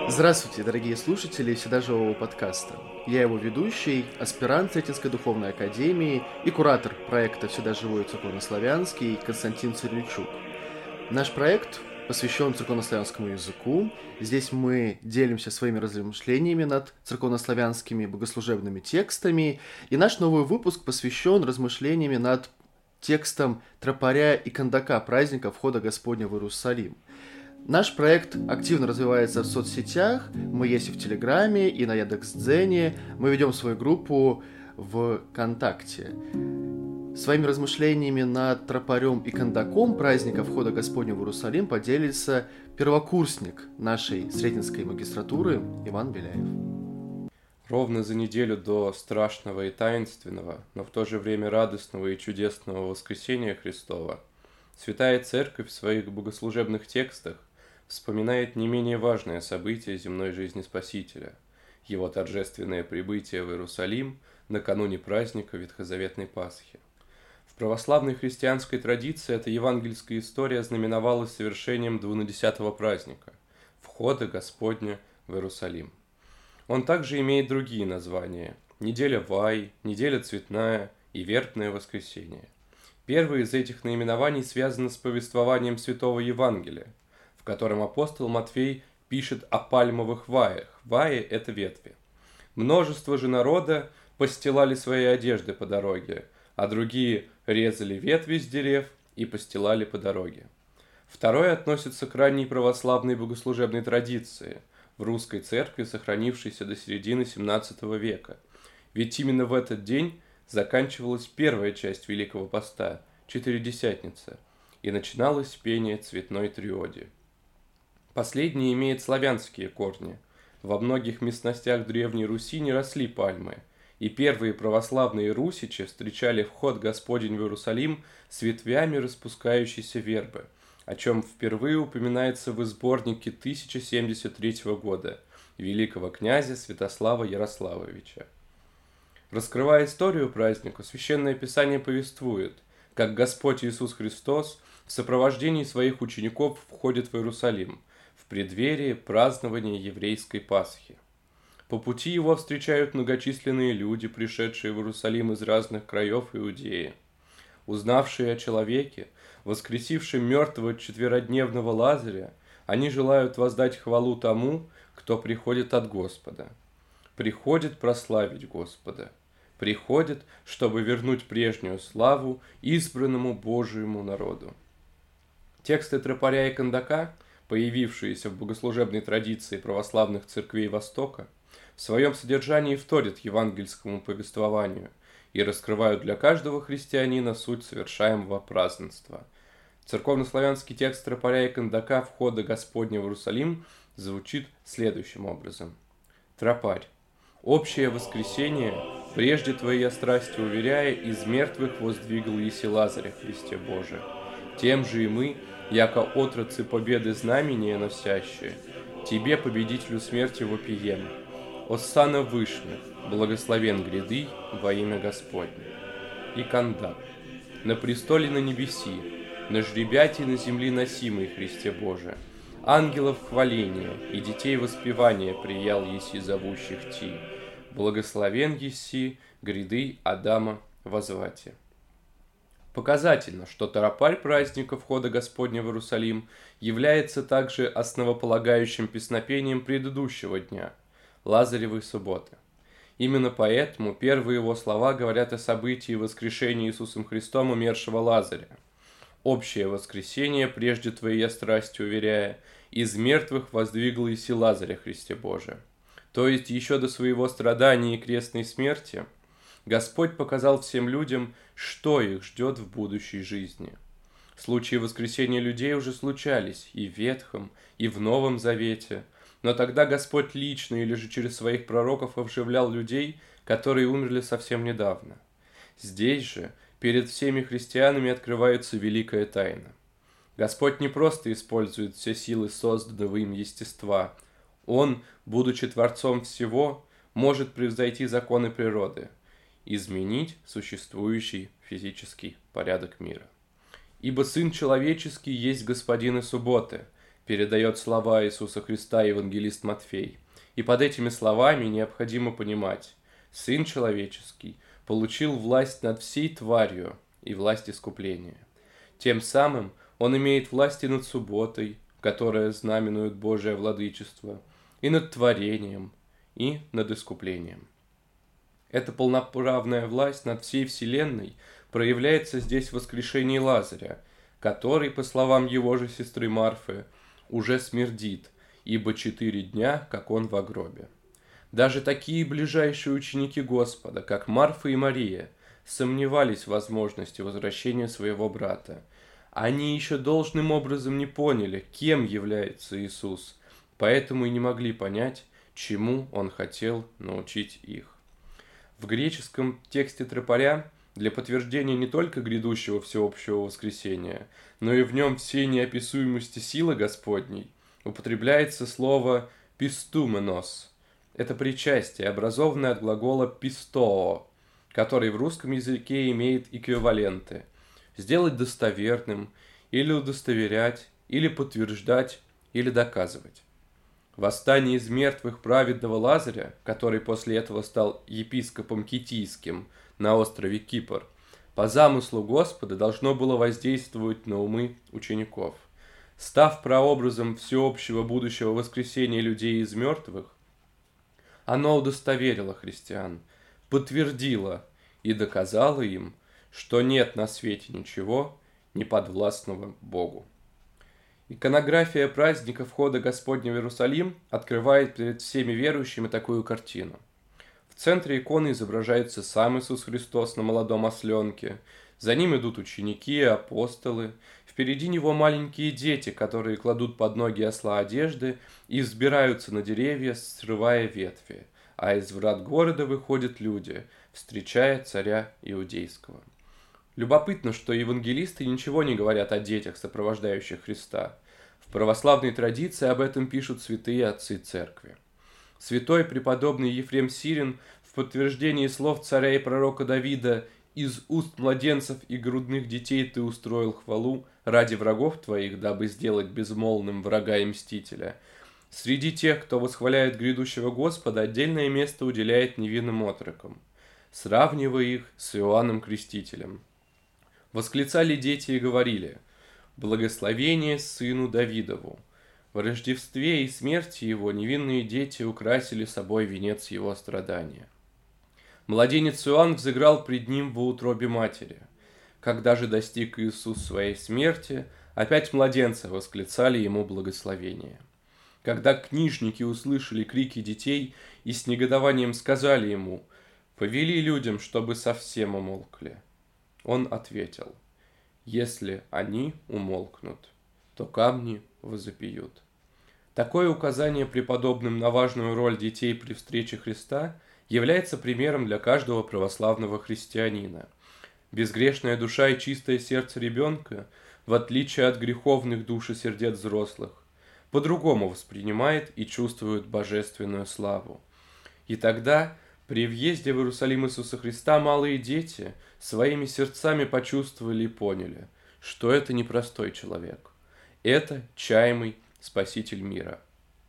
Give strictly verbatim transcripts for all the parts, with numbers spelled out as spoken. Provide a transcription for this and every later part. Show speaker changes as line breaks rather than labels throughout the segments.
Здравствуйте, дорогие слушатели Всегда живого подкаста. Я его ведущий, аспирант Сретенской духовной академии и куратор проекта «Всегда живой церковнославянский» Константин Цирильчук. Наш проект посвящен церковнославянскому языку. Здесь мы делимся своими размышлениями над церковнославянскими богослужебными текстами. И наш новый выпуск посвящен размышлениями над текстом тропаря и кондака праздника Входа Господня в Иерусалим. Наш проект активно развивается в соцсетях, мы есть и в Телеграме, и на Яндекс.Дзене, мы ведем свою группу в ВКонтакте. Своими размышлениями над тропарем и кондаком праздника Входа Господня в Иерусалим поделится первокурсник нашей Сретенской магистратуры Иван Беляев.
Ровно за неделю до страшного и таинственного, но в то же время радостного и чудесного воскресения Христова, Святая Церковь в своих богослужебных текстах вспоминает не менее важное событие земной жизни Спасителя – его торжественное прибытие в Иерусалим накануне праздника Ветхозаветной Пасхи. В православной христианской традиции эта евангельская история знаменовалась совершением двунадесятого праздника – Входа Господня в Иерусалим. Он также имеет другие названия – Неделя Вай, Неделя Цветная и Вербное воскресенье. Первое из этих наименований связано с повествованием Святого Евангелия, в котором апостол Матфей пишет о пальмовых ваях. Ваи – это ветви. Множество же народа постилали свои одежды по дороге, а другие резали ветви с дерев и постилали по дороге. Второе относится к ранней православной богослужебной традиции в русской церкви, сохранившейся до середины семнадцатого века. Ведь именно в этот день заканчивалась первая часть Великого Поста – Четыредесятница, и начиналось пение цветной триоди. Последнее имеет славянские корни. Во многих местностях Древней Руси не росли пальмы, и первые православные русичи встречали вход Господень в Иерусалим с ветвями распускающейся вербы, о чем впервые упоминается в сборнике тысяча семьдесят третьего года великого князя Святослава Ярославовича. Раскрывая историю праздника, Священное Писание повествует, как Господь Иисус Христос в сопровождении своих учеников входит в Иерусалим в преддверии празднования еврейской Пасхи. По пути его встречают многочисленные люди, пришедшие в Иерусалим из разных краев Иудеи. Узнавшие о человеке, воскресившем мертвого четверодневного Лазаря, они желают воздать хвалу тому, кто приходит от Господа. Приходит прославить Господа. Приходит, чтобы вернуть прежнюю славу избранному Божьему народу. Тексты тропаря и кондака, появившиеся в богослужебной традиции православных церквей Востока, в своем содержании вторят евангельскому повествованию и раскрывают для каждого христианина суть совершаемого празднества. Церковнославянский текст тропаря и кондака «Входа Господня в Иерусалим» звучит следующим образом. Тропарь. Общее воскресение, прежде Твоя страсти уверяя, из мертвых воздвигал еси Лазаря, Христе Боже. Тем же и мы, яко отрацы победы знамения носящие, Тебе, победителю смерти, вопием. Оссана вышних, благословен гряды во имя Господне. И кондак. На престоле на небеси, на жребяти на земли носимый, Христе Боже. Ангелов хваления и детей воспевания приял еси зовущих Ти. Благословен еси гряды Адама возвати. Показательно, что тропарь праздника Входа Господня в Иерусалим является также основополагающим песнопением предыдущего дня – Лазаревой субботы. Именно поэтому первые его слова говорят о событии воскрешения Иисусом Христом умершего Лазаря. Общее воскресение, прежде Твоей страсти уверяя, из мертвых воздвигл еси Лазаря, Христе Боже. То есть еще до своего страдания и крестной смерти Господь показал всем людям, что их ждет в будущей жизни. Случаи воскресения людей уже случались и в Ветхом, и в Новом Завете, но тогда Господь лично или же через своих пророков оживлял людей, которые умерли совсем недавно. Здесь же перед всеми христианами открывается великая тайна. Господь не просто использует все силы созданного им естества. Он, будучи Творцом всего, может превзойти законы природы, изменить существующий физический порядок мира. Ибо Сын Человеческий есть Господин и субботы, передает слова Иисуса Христа евангелист Матфей. И под этими словами необходимо понимать: Сын Человеческий получил власть над всей тварью и власть искупления. Тем самым Он имеет власть и над субботой, которая знаменует Божие владычество, и над творением, и над искуплением. Эта полноправная власть над всей вселенной проявляется здесь в воскрешении Лазаря, который, по словам его же сестры Марфы, уже смердит, ибо четыре дня, как он во гробе. Даже такие ближайшие ученики Господа, как Марфа и Мария, сомневались в возможности возвращения своего брата. Они еще должным образом не поняли, кем является Иисус, поэтому и не могли понять, чему Он хотел научить их. В греческом тексте тропаря для подтверждения не только грядущего всеобщего воскресения, но и в нем всей неописуемости силы Господней употребляется слово «пистуменос». Это причастие, образованное от глагола «пистоо», который в русском языке имеет эквиваленты: сделать достоверным, или удостоверять, или подтверждать, или доказывать. Восстание из мертвых праведного Лазаря, который после этого стал епископом Китийским на острове Кипр, по замыслу Господа должно было воздействовать на умы учеников. Став прообразом всеобщего будущего воскресения людей из мертвых, оно удостоверило христиан, подтвердило и доказало им, что нет на свете ничего неподвластного Богу. Иконография праздника входа Господня в Иерусалим открывает перед всеми верующими такую картину. В центре иконы изображается сам Иисус Христос на молодом осленке, за ним идут ученики и апостолы, впереди него маленькие дети, которые кладут под ноги осла одежды и взбираются на деревья, срывая ветви, а из врат города выходят люди, встречая царя Иудейского. Любопытно, что евангелисты ничего не говорят о детях, сопровождающих Христа. В православной традиции об этом пишут святые отцы церкви. Святой преподобный Ефрем Сирин в подтверждении слов царя и пророка Давида «Из уст младенцев и грудных детей ты устроил хвалу ради врагов твоих, дабы сделать безмолвным врага и мстителя». Среди тех, кто восхваляет грядущего Господа, отдельное место уделяет невинным отрокам, сравнивая их с Иоанном Крестителем. Восклицали дети и говорили: «Благословение сыну Давидову». В рождестве и смерти его невинные дети украсили собой венец его страдания. Младенец Иоанн взыграл пред ним во утробе матери. Когда же достиг Иисус своей смерти, опять младенцы восклицали ему благословение. Когда книжники услышали крики детей и с негодованием сказали ему: «Повели людям, чтобы совсем умолкли», он ответил: «Если они умолкнут, то камни возопьют». Такое указание преподобным на важную роль детей при встрече Христа является примером для каждого православного христианина. Безгрешная душа и чистое сердце ребенка, в отличие от греховных душ и сердец взрослых, по-другому воспринимает и чувствует божественную славу. И тогда, при въезде в Иерусалим Иисуса Христа, малые дети своими сердцами почувствовали и поняли, что это не простой человек. Это чаемый Спаситель мира.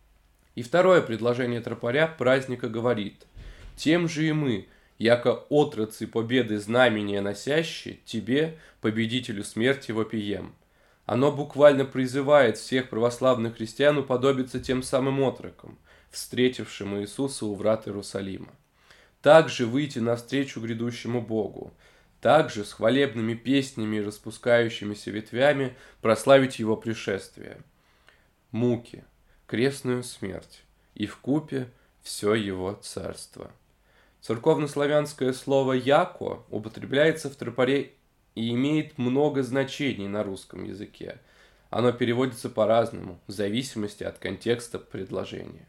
И второе предложение тропаря праздника говорит: «Тем же и мы, яко отрацы победы знамения носящие, тебе, победителю смерти, вопием». Оно буквально призывает всех православных христиан уподобиться тем самым отрокам, встретившим Иисуса у врат Иерусалима. Также выйти навстречу грядущему Богу, также с хвалебными песнями и распускающимися ветвями прославить Его пришествие. Муки, крестную смерть и вкупе все Его царство. Церковнославянское слово «яко» употребляется в тропаре и имеет много значений на русском языке. Оно переводится по-разному, в зависимости от контекста предложения.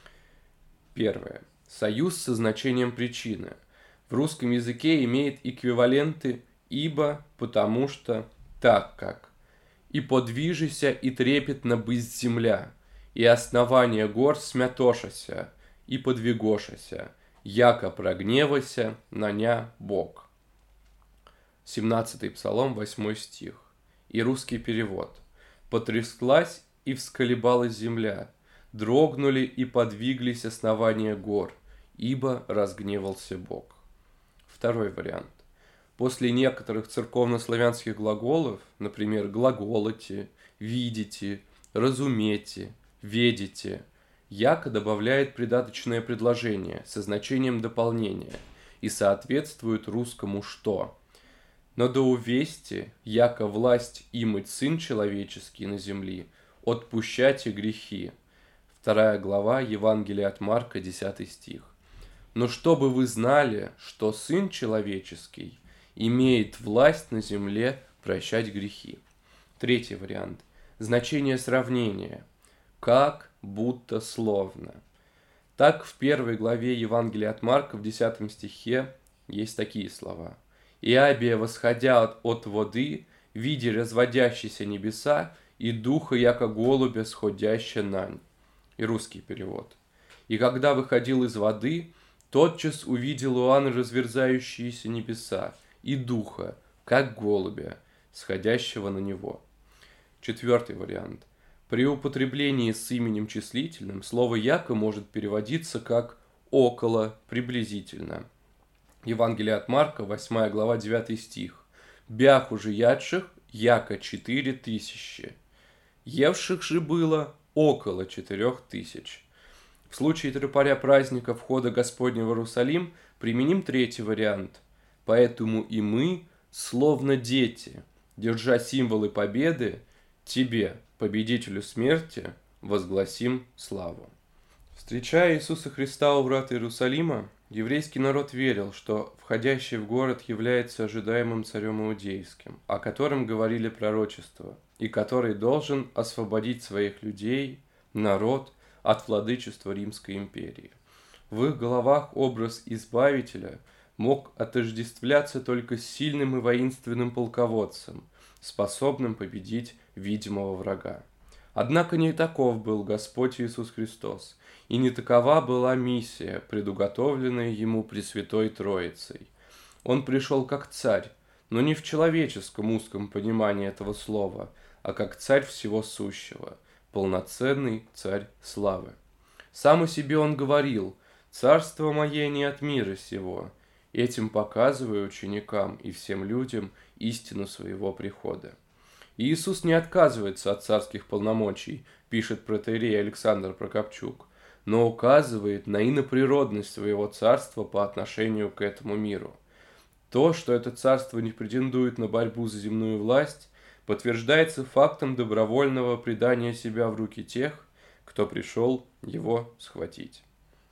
Первое. Союз со значением причины. В русском языке имеет эквиваленты «ибо», «потому что», «так как». «И подвижися, и трепетно бысть земля, и основание гор смятошася, и подвигошася, яко прогневася на ня Бог». семнадцатый Псалом, восьмой стих. И русский перевод. «Потряслась и всколебалась земля, дрогнули и подвиглись основания гор, ибо разгневался Бог. Второй вариант. После некоторых церковнославянских глаголов, например, глаголоте, видите, разумете, ведите, яко добавляет придаточное предложение со значением дополнения и соответствует русскому «что». Но да увесьте, яко власть имыть Сын Человеческий на земли, отпущайте грехи. Вторая глава Евангелия от Марка, десятый стих. Но чтобы вы знали, что Сын Человеческий имеет власть на земле прощать грехи. Третий вариант. Значение сравнения. Как, будто, словно. Так в первой главе Евангелия от Марка в десятом стихе есть такие слова. «Иабия, восходя от, от воды, видя разводящиеся небеса, и духа, яко голубя, сходящая нань». И русский перевод. «И когда выходил из воды, тотчас увидел Иоанн разверзающиеся небеса, и духа, как голубя, сходящего на него». Четвертый вариант. При употреблении с именем числительным слово «яко» может переводиться как «около», «приблизительно». Евангелие от Марка, восьмая глава, девятый стих. «Бях уже ядших, яко четыре тысячи. Евших же было около четырех тысяч». В случае тропаря праздника входа Господня в Иерусалим применим третий вариант. «Поэтому и мы, словно дети, держа символы победы, тебе, победителю смерти, возгласим славу». Встречая Иисуса Христа у врат Иерусалима, еврейский народ верил, что входящий в город является ожидаемым царем иудейским, о котором говорили пророчества, и который должен освободить своих людей, народ, от владычества Римской империи. В их головах образ Избавителя мог отождествляться только с сильным и воинственным полководцем, способным победить видимого врага. Однако не таков был Господь Иисус Христос, и не такова была миссия, предуготовленная Ему Пресвятой Троицей. Он пришел как царь, но не в человеческом узком понимании этого слова, а как царь всего сущего, полноценный царь славы. Сам о себе он говорил: «Царство мое не от мира сего», этим показывая ученикам и всем людям истину своего прихода. И Иисус не отказывается от царских полномочий, пишет протоиерей Александр Прокопчук, но указывает на иноприродность своего царства по отношению к этому миру. То, что это царство не претендует на борьбу за земную власть, подтверждается фактом добровольного предания себя в руки тех, кто пришел его схватить.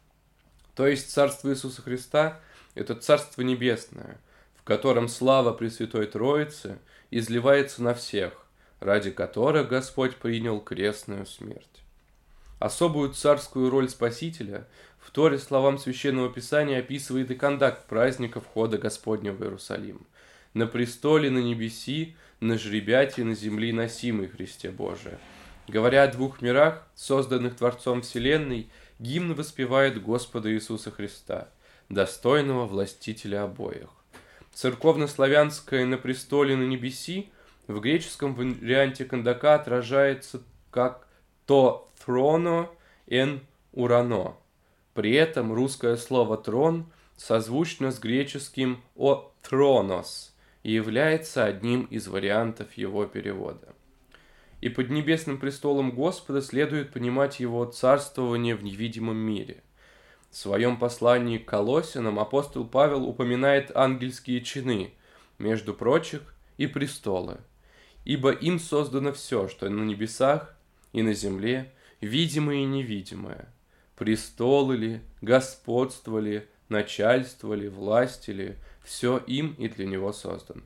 То есть царство Иисуса Христа – это царство небесное, в котором слава Пресвятой Троицы изливается на всех, ради которых Господь принял крестную смерть. Особую царскую роль Спасителя в Торе словам Священного Писания описывает и кондакт праздника входа Господня в Иерусалим. «На престоле на небеси, на жребяте на земли носимый Христе Божие». Говоря о двух мирах, созданных Творцом Вселенной, гимн воспевает Господа Иисуса Христа, достойного властителя обоих. Церковнославянское «на престоле на небеси» в греческом варианте кондака отражается как «то throno en urano». При этом русское слово «трон» созвучно с греческим «о thronos» и является одним из вариантов его перевода. И под небесным престолом Господа следует понимать его царствование в невидимом мире. В своем послании к Колоссянам апостол Павел упоминает ангельские чины, между прочих и престолы, ибо им создано все, что на небесах и на земле, видимое и невидимое, престолы ли, господство ли, начальство ли, власть ли, все им и для него создано.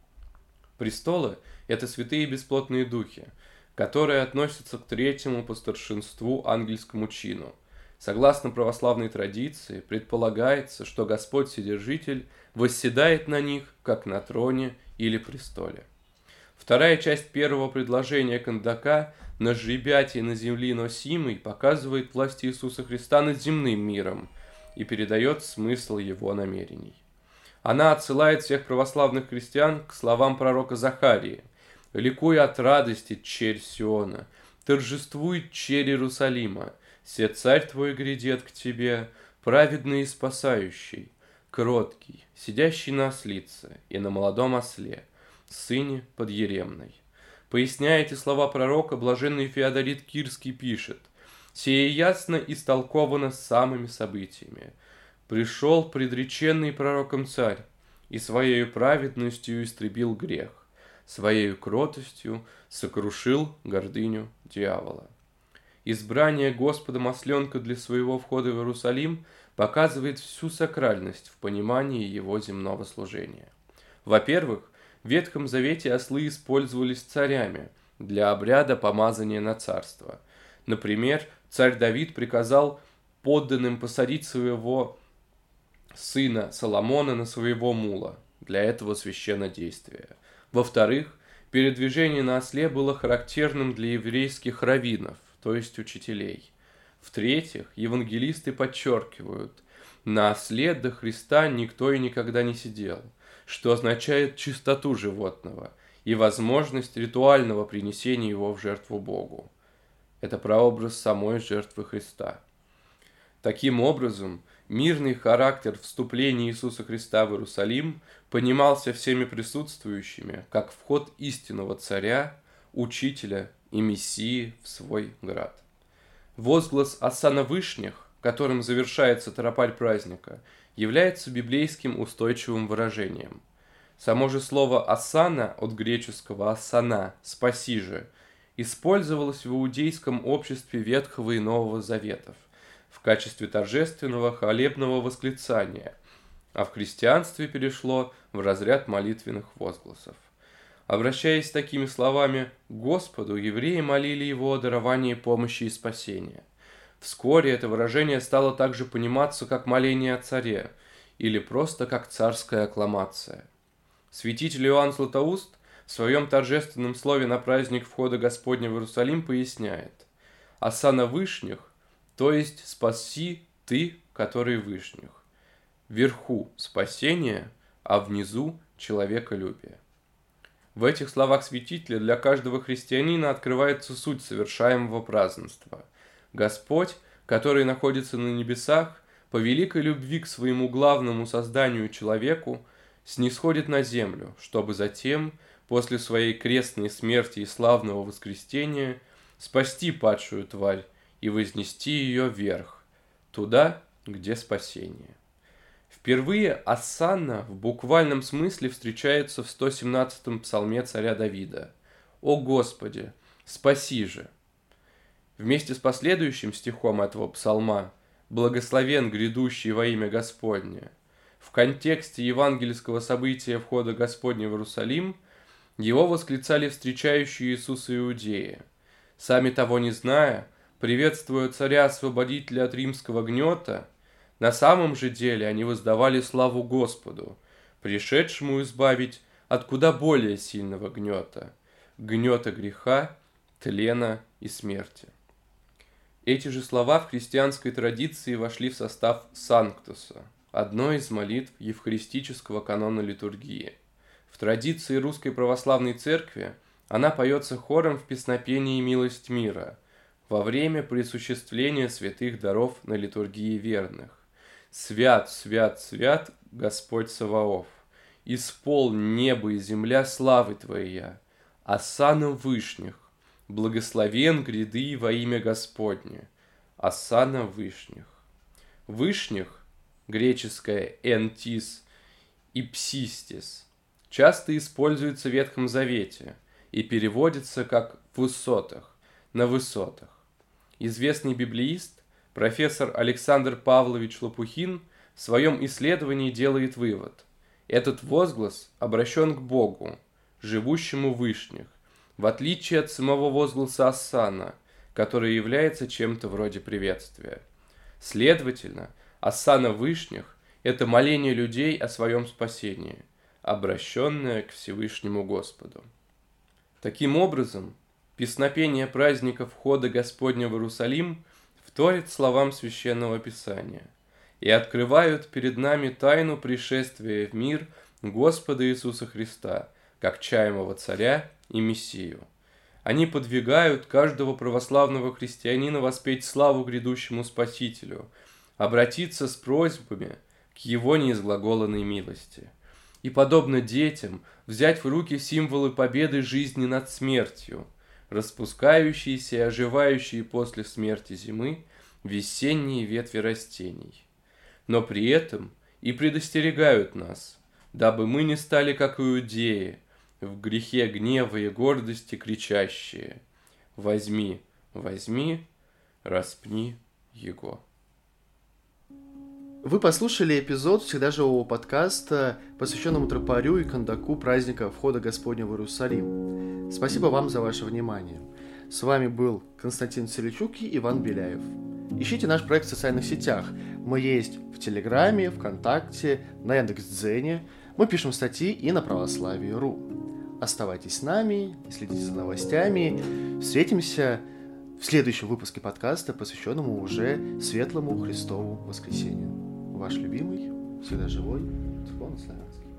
Престолы – это святые бесплотные духи, которые относятся к третьему по старшинству ангельскому чину. Согласно православной традиции, предполагается, что Господь Вседержитель восседает на них, как на троне или престоле. Вторая часть первого предложения кондака «на жребяте на земли носимый» показывает власть Иисуса Христа над земным миром и передает смысл его намерений. Она отсылает всех православных христиан к словам пророка Захарии: «Ликуй от радости, черь Сиона, торжествует черь Иерусалима, се царь твой грядет к тебе, праведный и спасающий, кроткий, сидящий на ослице и на молодом осле, сыне подъеремной. Поясняя эти слова пророка, блаженный Феодорит Кирский пишет: «Сие ясно истолковано самыми событиями. Пришел предреченный пророком царь, и своею праведностью истребил грех, своею кротостью сокрушил гордыню дьявола». Избрание Господом осленка для своего входа в Иерусалим показывает всю сакральность в понимании его земного служения. Во-первых, в Ветхом Завете ослы использовались царями для обряда помазания на царство. Например, царь Давид приказал подданным посадить своего сына Соломона на своего мула для этого священнодействия. Во-вторых, передвижение на осле было характерным для еврейских раввинов, то есть учителей. В-третьих, евангелисты подчеркивают: на осле до Христа никто и никогда не сидел, что означает чистоту животного и возможность ритуального принесения его в жертву Богу. Это прообраз самой жертвы Христа. Таким образом, мирный характер вступления Иисуса Христа в Иерусалим понимался всеми присутствующими как вход истинного царя, учителя и мессии в свой град. Возглас «Осанна вышних», которым завершается тропарь праздника, является библейским устойчивым выражением. Само же слово «осанна» от греческого «осана» – «спаси же» использовалось в иудейском обществе Ветхого и Нового Заветов в качестве торжественного хвалебного восклицания, а в христианстве перешло в разряд молитвенных возгласов. Обращаясь с такими словами к Господу, евреи молили Его о даровании помощи и спасения. Вскоре это выражение стало также пониматься как моление о царе или просто как царская аккламация. Святитель Иоанн Златоуст в своем торжественном слове на праздник входа Господня в Иерусалим поясняет: «Осанна вышних, то есть спаси ты, который вышних. Вверху спасение, а внизу человеколюбие». В этих словах святителя для каждого христианина открывается суть совершаемого празднества. Господь, который находится на небесах, по великой любви к своему главному созданию человеку, снисходит на землю, чтобы затем, после своей крестной смерти и славного воскресения, спасти падшую тварь и вознести ее вверх, туда, где спасение. Впервые осанна в буквальном смысле встречается в сто семнадцатом псалме царя Давида: «О Господи, спаси же!». Вместе с последующим стихом этого псалма «Благословен грядущий во имя Господне» в контексте евангельского события входа Господня в Иерусалим его восклицали встречающие Иисуса иудеи. Сами того не зная, приветствуя царя-освободителя от римского гнета, на самом же деле они воздавали славу Господу, пришедшему избавить от куда более сильного гнета, гнета греха, тлена и смерти. Эти же слова в христианской традиции вошли в состав санктуса, одной из молитв евхаристического канона литургии. В традиции Русской Православной Церкви она поется хором в песнопении «Милость мира» во время присуществления святых даров на литургии верных. «Свят, свят, свят, Господь Саваоф, исполнь небо и земля славы Твоя, осанна вышних, благословен гряды во имя Господне, осанна вышних». Вышних, греческое «энтис» и «псистис», часто используется в Ветхом Завете и переводится как «в высотах», «на высотах». Известный библеист, профессор Александр Павлович Лопухин в своем исследовании делает вывод: этот возглас обращен к Богу, живущему в вышних, в отличие от самого возгласа осанна, который является чем-то вроде приветствия. Следовательно, осанна вышних – это моление людей о своем спасении, обращенное к Всевышнему Господу. Таким образом, песнопение праздника входа Господня в Иерусалим вторит словам Священного Писания и открывают перед нами тайну пришествия в мир Господа Иисуса Христа, как чаемого Царя и Мессию. Они подвигают каждого православного христианина воспеть славу грядущему Спасителю, обратиться с просьбами к Его неизглаголанной милости. И, подобно детям, взять в руки символы победы жизни над смертью, распускающиеся и оживающие после смерти зимы весенние ветви растений. Но при этом и предостерегают нас, дабы мы не стали, как иудеи, в грехе гнева и гордости кричащие: «Возьми, возьми, распни его».
Вы послушали эпизод «Всегда живого» подкаста, посвященному тропарю и кондаку праздника Входа Господня в Иерусалим. Спасибо вам за ваше внимание. С вами был Константин Селичук и Иван Беляев. Ищите наш проект в социальных сетях. Мы есть в Телеграме, ВКонтакте, на Яндекс.Дзене. Мы пишем статьи и на православии точка ру. Оставайтесь с нами, следите за новостями. Встретимся в следующем выпуске подкаста, посвященному уже Светлому Христову Воскресению. Ваш любимый, всегда живой, Церковно-славянский.